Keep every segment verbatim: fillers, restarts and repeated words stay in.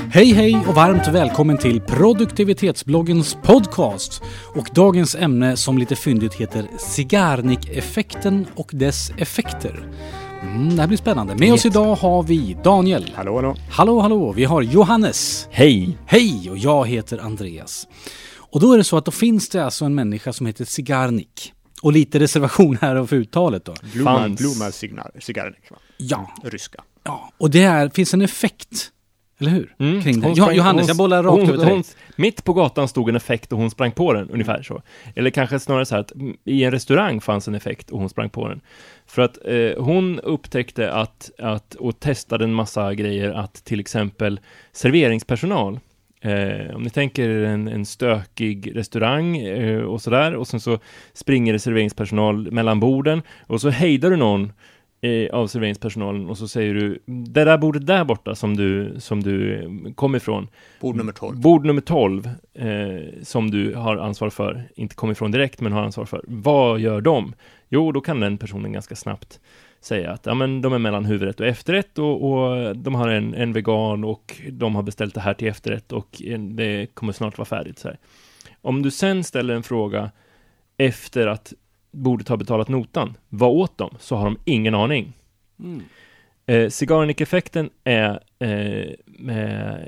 Hej hej och varmt välkommen till produktivitetsbloggens podcast. Och dagens ämne som lite fyndigt heter Zeigarnik-effekten och dess effekter. Mm, det här blir spännande. Med oss idag har vi Daniel. Hallå, hallå. Hallå, hallå. Vi har Johannes. Hej. Hej, och jag heter Andreas. Och då är det så att då finns det alltså en människa som heter Zeigarnik. Och lite reservation här av uttalet då. Blomar, blomar Zeigarnik, va? Ja. Ryska. Ja, och det är, finns en effekt, eller hur? Mm. Kring det. Hon Jo- sprang- Johannes, hon- jag bollar rakt hon, över till dig. hon, Mitt på gatan stod en effekt och hon sprang på den, ungefär så. Eller kanske snarare så här att mm, i en restaurang fanns en effekt och hon sprang på den. För att eh, hon upptäckte att, att, och testade en massa grejer, att till exempel serveringspersonal, Eh, om ni tänker en, en stökig restaurang eh, och sådär, och sen så springer det serveringspersonal mellan borden och så hejdar du någon eh, av serveringspersonalen och så säger du, det där bordet där borta som du, som du kom ifrån, Bord nummer tolv. bord nummer tolv eh, som du har ansvar för, inte kom ifrån direkt men har ansvar för, vad gör de? Jo, då kan den personen ganska snabbt säga att ja, men de är mellan huvudrätt och efterrätt och, och de har en, en vegan och de har beställt det här till efterrätt och det kommer snart vara färdigt. Så här. Om du sen ställer en fråga efter att bordet har betalat notan, vad åt de? Så har de ingen aning. Mm. Eh, Zeigarnik-effekten är eh, med,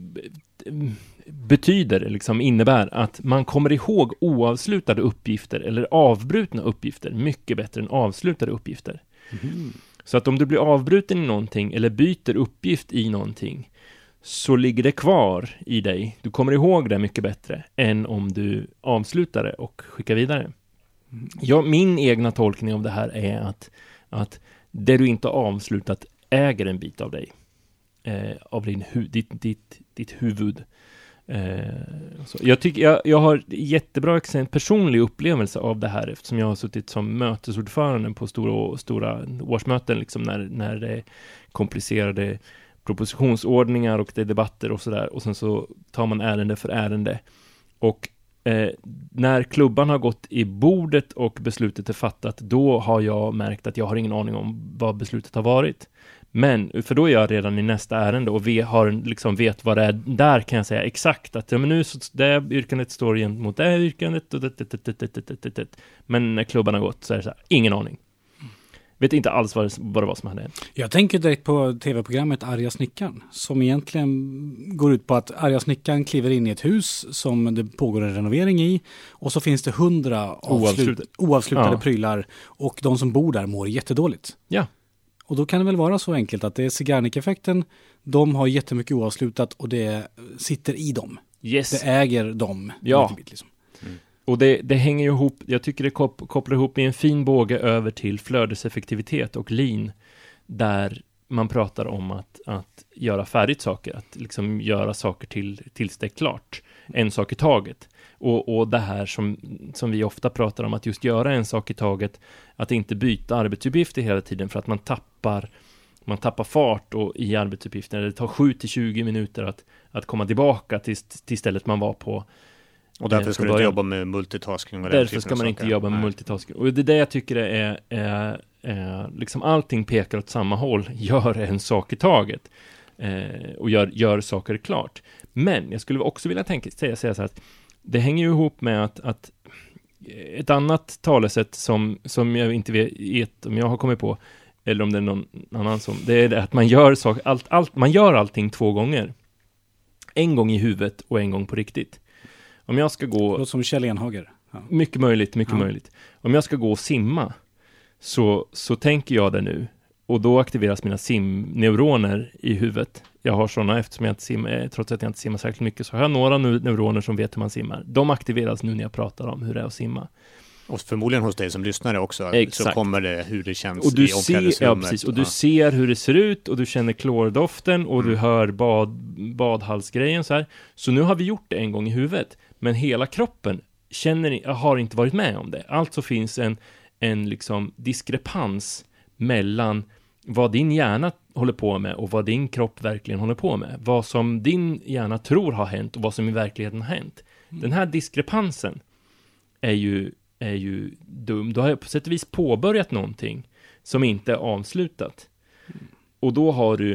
betyder, liksom innebär att man kommer ihåg oavslutade uppgifter eller avbrutna uppgifter mycket bättre än avslutade uppgifter. Mm. Så att om du blir avbruten i någonting eller byter uppgift i någonting så ligger det kvar i dig. Du kommer ihåg det mycket bättre än om du avslutar det och skickar vidare. Mm. Ja, min egna tolkning av det här är att, att det du inte har avslutat äger en bit av dig. Eh, av din hu- ditt, ditt, ditt huvud. Eh, så. Jag, tycker, jag, jag har jättebra exempel, personlig upplevelse av det här eftersom jag har suttit som mötesordförande på stora, stora årsmöten liksom när, när det är komplicerade propositionsordningar och det är debatter och sådär, och sen så tar man ärende för ärende och eh, när klubban har gått i bordet och beslutet är fattat, då har jag märkt att jag har ingen aning om vad beslutet har varit. Men, för då är jag redan i nästa ärende och vi har liksom vet vad det är. Där kan jag säga exakt att ja, men nu så det yrkandet står gentemot det yrkandet och det, det, det, det, det, det, det. Men när klubban har gått så är det så här, ingen aning. Vet inte alls vad det, vad det var som hände. Jag tänker direkt på tv-programmet Arga snickaren som egentligen går ut på att Arga snickaren kliver in i ett hus som det pågår en renovering i och så finns det hundra avslut, oavslutade Ja. prylar och de som bor där mår jättedåligt. Ja. Och då kan det väl vara så enkelt att det är Zeigarnik-effekten, de har jättemycket oavslutat och det sitter i dem. Yes. Det äger dem. Ja. Bit, liksom. Och det, det hänger ju ihop, jag tycker det kop- kopplar ihop med en fin båge över till flödeseffektivitet och lean, där man pratar om att, att göra färdigt saker, att liksom göra saker till, tills det är klart, en sak i taget. Och, och det här som, som vi ofta pratar om, att just göra en sak i taget, att inte byta arbetsuppgifter hela tiden för att man tappar man tappar fart och i arbetsuppgifterna. Det tar sju till tjugo minuter att, att komma tillbaka till, till stället man var på. Och därför ska du inte början. jobba med multitasking. Och den Därför typen ska av man saker. inte jobba med Nej. multitasking. Och det är det jag tycker är, är, är liksom allting pekar åt samma håll. Gör en sak i taget. Eh, och gör, gör saker klart. Men jag skulle också vilja tänka, säga, säga så här att det hänger ju ihop med att, att ett annat talesätt som, som jag inte vet om jag har kommit på eller om det är någon annan som, det är det att man gör, sak, allt, allt, man gör allting två gånger. En gång i huvudet och en gång på riktigt. Om jag ska gå... Låter som Kjell Enhager. Ja. Mycket möjligt, mycket Ja. möjligt. Om jag ska gå och simma så, så tänker jag det nu. Och då aktiveras mina simneuroner i huvudet. Jag har sådana eftersom jag inte simmar, trots att jag inte simmar särskilt mycket, så har jag några neuroner som vet hur man simmar. De aktiveras nu när jag pratar om hur det är att simma. Och förmodligen hos dig som lyssnare också. Exakt. Så kommer det hur det känns Och du i ser, omklädningsrummet. ja, precis, och du Ja. ser hur det ser ut och du känner klordoften och Mm. du hör bad, badhalsgrejen så här. Så nu har vi gjort det en gång i huvudet. Men hela kroppen känner, har inte varit med om det. Alltså finns en, en liksom diskrepans mellan vad din hjärna håller på med och vad din kropp verkligen håller på med. Vad som din hjärna tror har hänt och vad som i verkligheten har hänt. Mm. Den här diskrepansen är ju, är ju dum. Du har på sätt och vis påbörjat någonting som inte är avslutat. Mm. Och då har du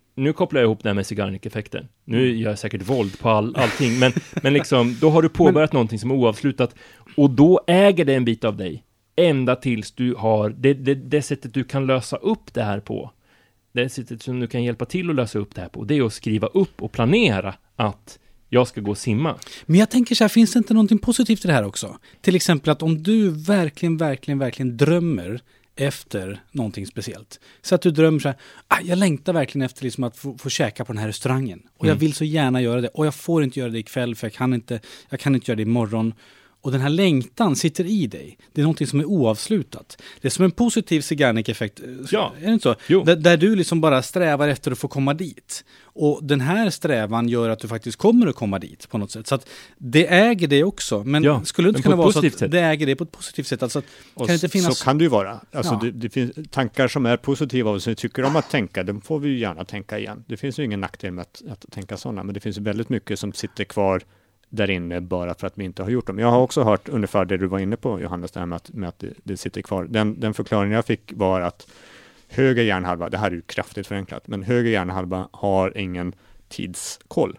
nu kopplar jag ihop det här med Zeigarnik-effekten. Nu gör jag säkert våld på all, allting, men, men liksom, då har du påbörjat någonting som är oavslutat, och då äger det en bit av dig. Ända tills du har, det, det, det sättet du kan lösa upp det här på, det sättet som du kan hjälpa till att lösa upp det här på, det är att skriva upp och planera att jag ska gå och simma. Men jag tänker så här, finns det inte någonting positivt i det här också? Till exempel att om du verkligen, verkligen, verkligen drömmer efter någonting speciellt. Så att du drömmer så här, ah, jag längtar verkligen efter liksom att få, få käka på den här restaurangen. Och jag vill så gärna göra det. Och jag får inte göra det ikväll för jag kan inte, jag kan inte göra det imorgon. Och den här längtan sitter i dig. Det är någonting som är oavslutat. Det är som en positiv Zeigarnik-effekt. Ja. Är det inte så? Jo. Där, där du liksom bara strävar efter att få komma dit. Och den här strävan gör att du faktiskt kommer att komma dit på något sätt. Så att det äger det också. Men Ja, skulle det inte men kunna på ett vara så positivt att sätt. det äger det på ett positivt sätt? Alltså att, Och kan det inte finnas... Så kan det ju vara. Alltså Ja. det, det finns tankar som är positiva och som vi tycker om att tänka, de får vi ju gärna tänka igen. Det finns ju ingen nackdel med att, att tänka sådana, men det finns ju väldigt mycket som sitter kvar där inne bara för att vi inte har gjort dem. Jag har också hört ungefär det du var inne på, Johannes, det här med att, med att det, det sitter kvar. Den, den förklaringen jag fick var att höger hjärnhalva, det här är ju kraftigt förenklat, men höger hjärnhalva har ingen tidskoll.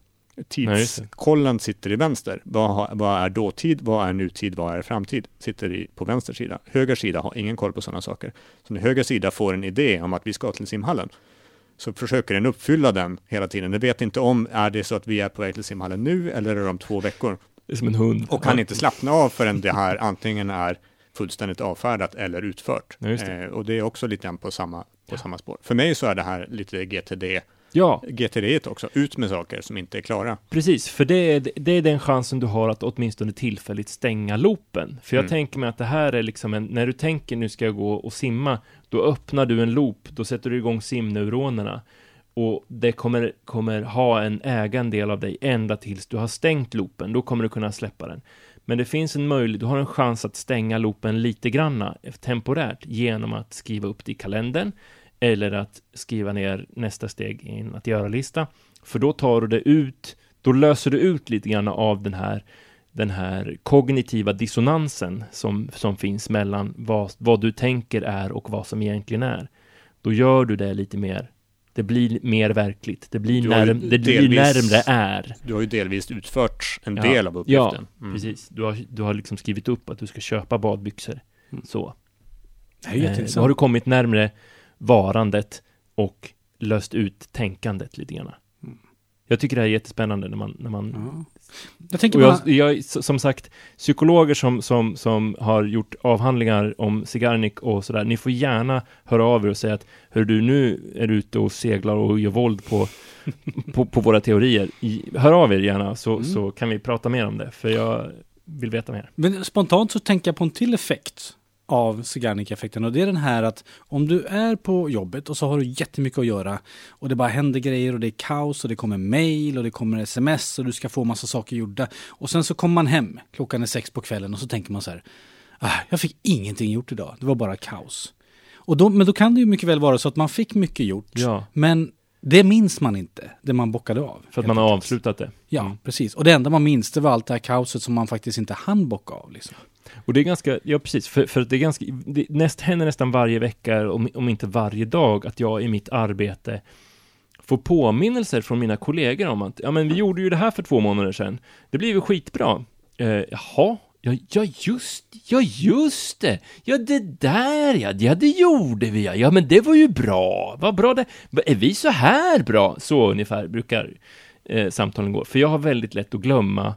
Tidskollen sitter i vänster. Vad, har, vad är dåtid, vad är nutid, vad är framtid? Sitter i, på vänster sida. Höger sida har ingen koll på sådana saker. Så när höger sida får en idé om att vi ska till simhallen, så försöker den uppfylla den hela tiden. Den vet inte om, är det så att vi är på väg till simhallen nu eller är det om två veckor? Det är som en hund. Och kan inte slappna av förrän det här antingen är fullständigt avfärdat eller utfört. Ja, just det. Eh, och det är också lite på samma, på samma spår. För mig så är det här lite G T D. Ja, G T D också. Ut med saker som inte är klara. precis. För det är, det är den chansen du har att åtminstone tillfälligt stänga loopen. För jag Mm. tänker mig att det här är liksom en, när du tänker nu ska jag gå och simma, då öppnar du en loop, då sätter du igång simneuronerna. Och det kommer, kommer ha en ägande del av dig ända tills du har stängt loopen. Då kommer du kunna släppa den. Men det finns en möjlighet, du har en chans att stänga loopen lite granna temporärt genom att skriva upp det i kalendern eller att skriva ner nästa steg i en att göra-lista. För då tar du det ut, då löser du ut lite grann av den här, den här kognitiva dissonansen som, som finns mellan vad, vad du tänker är och vad som egentligen är. Då gör du det lite mer. Det blir mer verkligt. Det blir, Du har ju närm- det blir delvis- närmre är. Du har ju delvis utfört en Ja. del av uppgiften. Ja, Mm. precis. Du har, du har liksom skrivit upp att du ska köpa badbyxor. Mm. Så. Det är Eh, jätteintressant. då har du kommit närmare varandet och löst ut tänkandet lite grann. Mm. Jag tycker det här är jättespännande när man... När man Ja. Jag tänker och bara... jag, jag, som sagt, psykologer som, som, som har gjort avhandlingar om Zeigarnik och sådär, ni får gärna höra av er och säga att hör du, nu är du ute och seglar och gör våld på, på, på våra teorier. I, hör av er gärna så, Mm. så kan vi prata mer om det, för jag vill veta mer. Men spontant så tänker jag på en till effekt av Zeigarnik-effekten, och det är den här att om du är på jobbet och så har du jättemycket att göra och det bara händer grejer och det är kaos och det kommer mejl och det kommer sms och du ska få massa saker gjorda, och sen så kommer man hem, klockan är sex på kvällen och så tänker man så här, ah, jag fick ingenting gjort idag, det var bara kaos. Och då, men då kan det ju mycket väl vara så att man fick mycket gjort, Ja, men det minns man inte, det man bockade av. för att helt man har enkelt. avslutat det. Ja, Mm. precis. Och det enda man minns, det var allt det här kaoset som man faktiskt inte hann bocka av. Liksom. Och det är ganska, ja precis, för, för det är ganska, det näst, händer nästan varje vecka, om, om inte varje dag, att jag i mitt arbete får påminnelser från mina kollegor om att, ja men vi gjorde ju det här för två månader sedan, det blev ju skitbra. Eh, jaha, ja, ja just, ja just det, ja det där ja, ja det gjorde vi ja, ja men det var ju bra, vad bra det, är vi så här bra? Så ungefär brukar eh, samtalen gå, för jag har väldigt lätt att glömma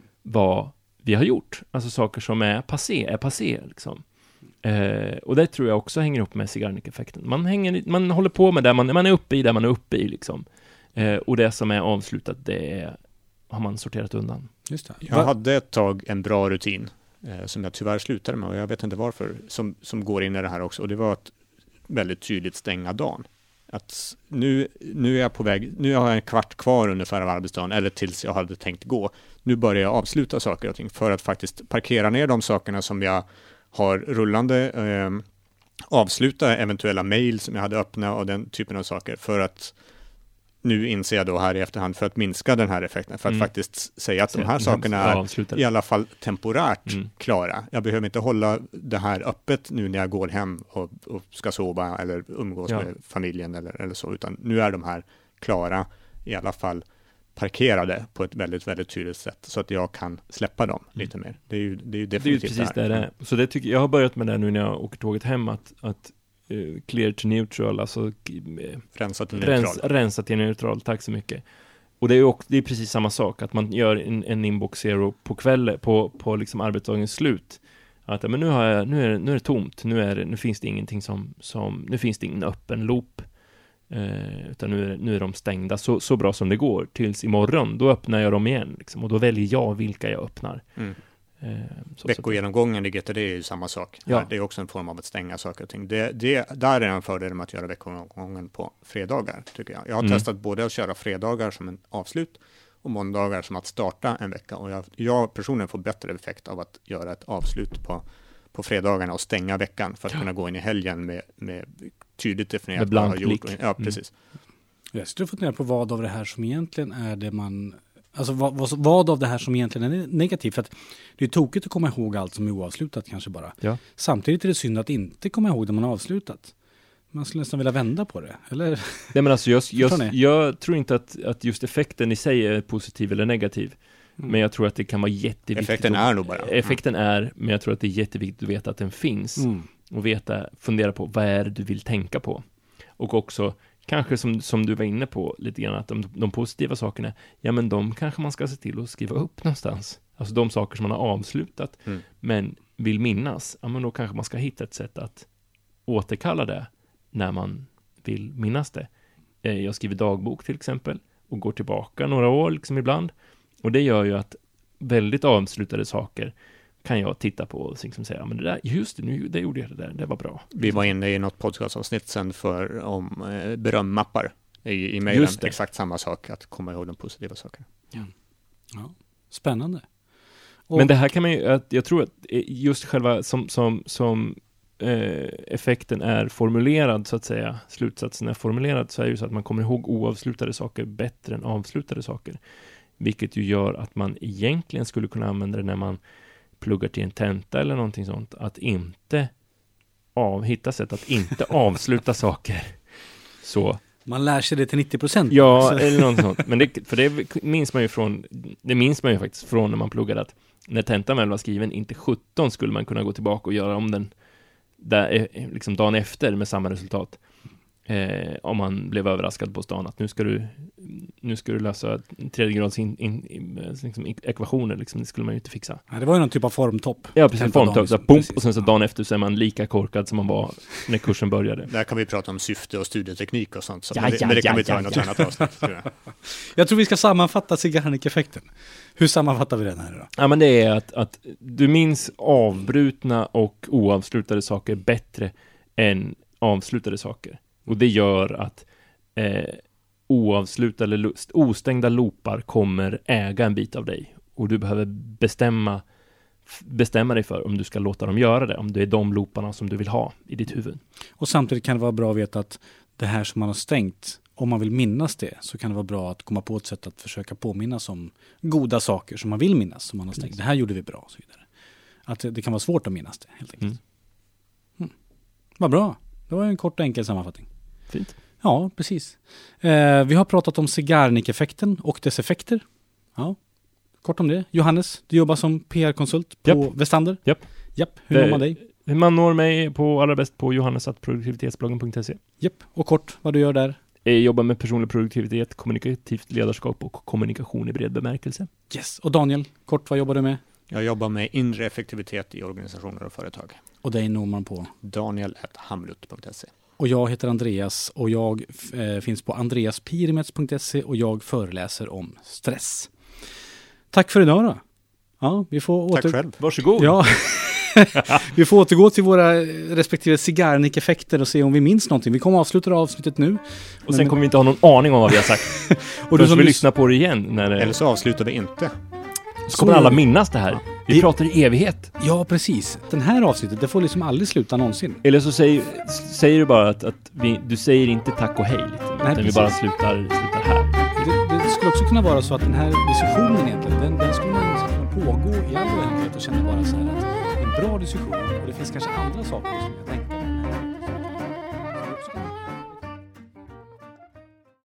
vad vi har gjort. Alltså saker som är passé, är passé liksom. Eh, och det tror jag också hänger upp med Zeigarnik-effekten. Man, hänger, man håller på med det, man, man är uppe i det man är uppe i liksom. Eh, och det som är avslutat, det är, har man sorterat undan. Just det. Jag hade ett tag en bra rutin eh, som jag tyvärr slutade med, och jag vet inte varför, som, som går in i det här också. Och det var att väldigt tydligt stänga dagen. Att nu, nu är jag på väg, nu har jag en kvart kvar ungefär av arbetsdagen, eller tills jag hade tänkt gå. Nu börjar jag avsluta saker och ting för att faktiskt parkera ner de sakerna som jag har rullande, eh, avsluta eventuella mejl som jag hade öppna och den typen av saker, för att nu inser jag då här i efterhand, för att minska den här effekten, för att Mm. faktiskt säga att Så de här att- sakerna ja, är avslutade. i alla fall temporärt Mm. klara. Jag behöver inte hålla det här öppet nu när jag går hem och, och ska sova eller umgås Ja. med familjen eller, eller så, utan nu är de här klara, i alla fall parkerade på ett väldigt, väldigt tydligt sätt så att jag kan släppa dem lite mer. Det är ju, det är ju definitivt det är ju precis det det är. Så det tycker, jag har börjat med det nu när jag åker tåget hem, att, att uh, clear to neutral, alltså uh, rensa till neutral. Rens, rensa till neutral, tack så mycket. Och det är ju också, det är precis samma sak, att man gör en, en inbox zero på kvällen, på, på liksom arbetsdagens slut. Att men nu, har jag, nu, är det, nu är det tomt, nu, är det, nu finns det ingenting som, som, nu finns det ingen öppen loop. Eh, utan nu är, nu är de stängda så, så bra som det går tills imorgon, då öppnar jag dem igen liksom, och då väljer jag vilka jag öppnar. Mm. eh, så, Veckogenomgången i G T D är ju samma sak. Ja. Det är också en form av att stänga saker och ting. Det, det, där är en fördel med att göra veckogenomgången på fredagar, tycker jag. Jag har Mm. testat både att köra fredagar som en avslut och måndagar som att starta en vecka, och jag, jag personligen får bättre effekt av att göra ett avslut på, på fredagarna och stänga veckan för att ja. kunna gå in i helgen med, med tydligt definierat vad jag har gjort. Ja, precis. Mm. Jag skulle fundera på vad av det här som egentligen är det man... Alltså vad, vad, vad av det här som egentligen är negativt. För att det är tokigt att komma ihåg allt som är oavslutat kanske bara. Ja. Samtidigt är det synd att inte komma ihåg det man har avslutat. Man skulle nästan vilja vända på det, eller? Nej, men alltså jag, jag, jag tror inte att, att just effekten i sig är positiv eller negativ. Mm. Men jag tror att det kan vara jätteviktigt. Effekten är nog bara. Effekten mm. är, men jag tror att det är jätteviktigt att veta att den finns. Mm. Och veta, fundera på vad är det du vill tänka på. Och också, kanske som, som du var inne på lite grann, att de, de positiva sakerna, ja men de kanske man ska se till att skriva upp någonstans. Alltså de saker som man har avslutat, mm. men vill minnas, ja men då kanske man ska hitta ett sätt att återkalla det när man vill minnas det. Jag skriver dagbok till exempel och går tillbaka några år liksom ibland. Och det gör ju att väldigt avslutade saker kan jag titta på och liksom säga, men det där, just det, nu det gjorde jag det där, det var bra. Vi var inne i något podcastavsnitt sen för om eh, berömmappar i, i mejlen. Exakt samma sak, att komma ihåg de positiva sakerna. Ja, ja. Spännande. Och, men det här kan man ju, jag tror att just själva som, som, som eh, effekten är formulerad så att säga, slutsatsen är formulerad, så är det ju så att man kommer ihåg oavslutade saker bättre än avslutade saker. Vilket ju gör att man egentligen skulle kunna använda det när man pluggar till en tenta eller någonting sånt, att inte av, hitta sätt att inte avsluta saker. Så. Man lär sig det till nittio procent. Ja, så. Eller något sånt. Men det, för det minns man ju från, det minns man ju faktiskt från när man pluggade, att när tentan väl var skriven, inte sjutton skulle man kunna gå tillbaka och göra om den där, liksom dagen efter med samma resultat. Eh, om man blev överraskad på stan att nu ska du nu ska du lösa tredje grads in, in, in, liksom, ekvationer liksom, det skulle man ju inte fixa. Ja, det var ju någon typ av formtopp. Ja, precis, formtopp, så pump, och sen så dagen efter så är man lika korkad som man var när kursen började. Där kan vi prata om syfte och studieteknik och sånt, så ja, men, det, ja, men det kan ja, vi ta ja, i något ja. annat avsnitt, tror jag. Jag tror vi ska sammanfatta Zeigarnik-effekten. Hur sammanfattar vi den här då? Ja, men det är att, att du minns avbrutna och oavslutade saker bättre än avslutade saker. Och det gör att eh, oavslutade, lust, ostängda loopar kommer äga en bit av dig. Och du behöver bestämma, bestämma dig för om du ska låta dem göra det. Om det är de looparna som du vill ha i ditt huvud. Och samtidigt kan det vara bra att veta att det här som man har stängt, om man vill minnas det, så kan det vara bra att komma på ett sätt att försöka påminnas om goda saker som man vill minnas, som man har stängt. Mm. Det här gjorde vi bra och så vidare. Att det, det kan vara svårt att minnas det, helt enkelt. Mm. Mm. Vad bra. Det var en kort och enkel sammanfattning. Fint. Ja, precis. Eh, vi har pratat om Zeigarnik-effekten och dess effekter. Ja, kort om det. Johannes, du jobbar som P R-konsult på Japp. Westander. Japp. Japp. Hur når man dig? Man når mig på allra bäst på johannes at produktivitetsbloggen punkt se. Japp. Och kort, vad du gör där? Jag jobbar med personlig produktivitet, kommunikativt ledarskap och kommunikation i bred bemärkelse. Yes. Och Daniel, kort, vad jobbar du med? Jag jobbar med inre effektivitet i organisationer och företag. Och dig når man på? Daniel at hamlut punkt se. Och jag heter Andreas och jag eh, finns på andreas pirimets punkt se och jag föreläser om stress. Tack för idag då. Ja, vi får Tack åter... själv. Varsågod. Ja. Vi får återgå till våra respektive Zeigarnik-effekter och se om vi minns någonting. Vi kommer avsluta avsnittet nu. Och sen kommer vi inte ha någon aning om vad vi har sagt. Och du som vill lyssna på det igen. När det... Eller så avslutar vi inte. Så kommer alla minnas det här. Ja. Vi det... pratar i evighet. Ja, precis. Den här avsnittet, det får liksom aldrig sluta någonsin. Eller så säger, säger du bara att, att vi, du säger inte tack och hej. Lite, Nej, utan vi bara slutar, slutar här. Det, det skulle också kunna vara så att den här diskussionen egentligen, den, den skulle man kunna pågå i all oändlighet och känna bara så här att det är en bra diskussion och det finns kanske andra saker som jag tänker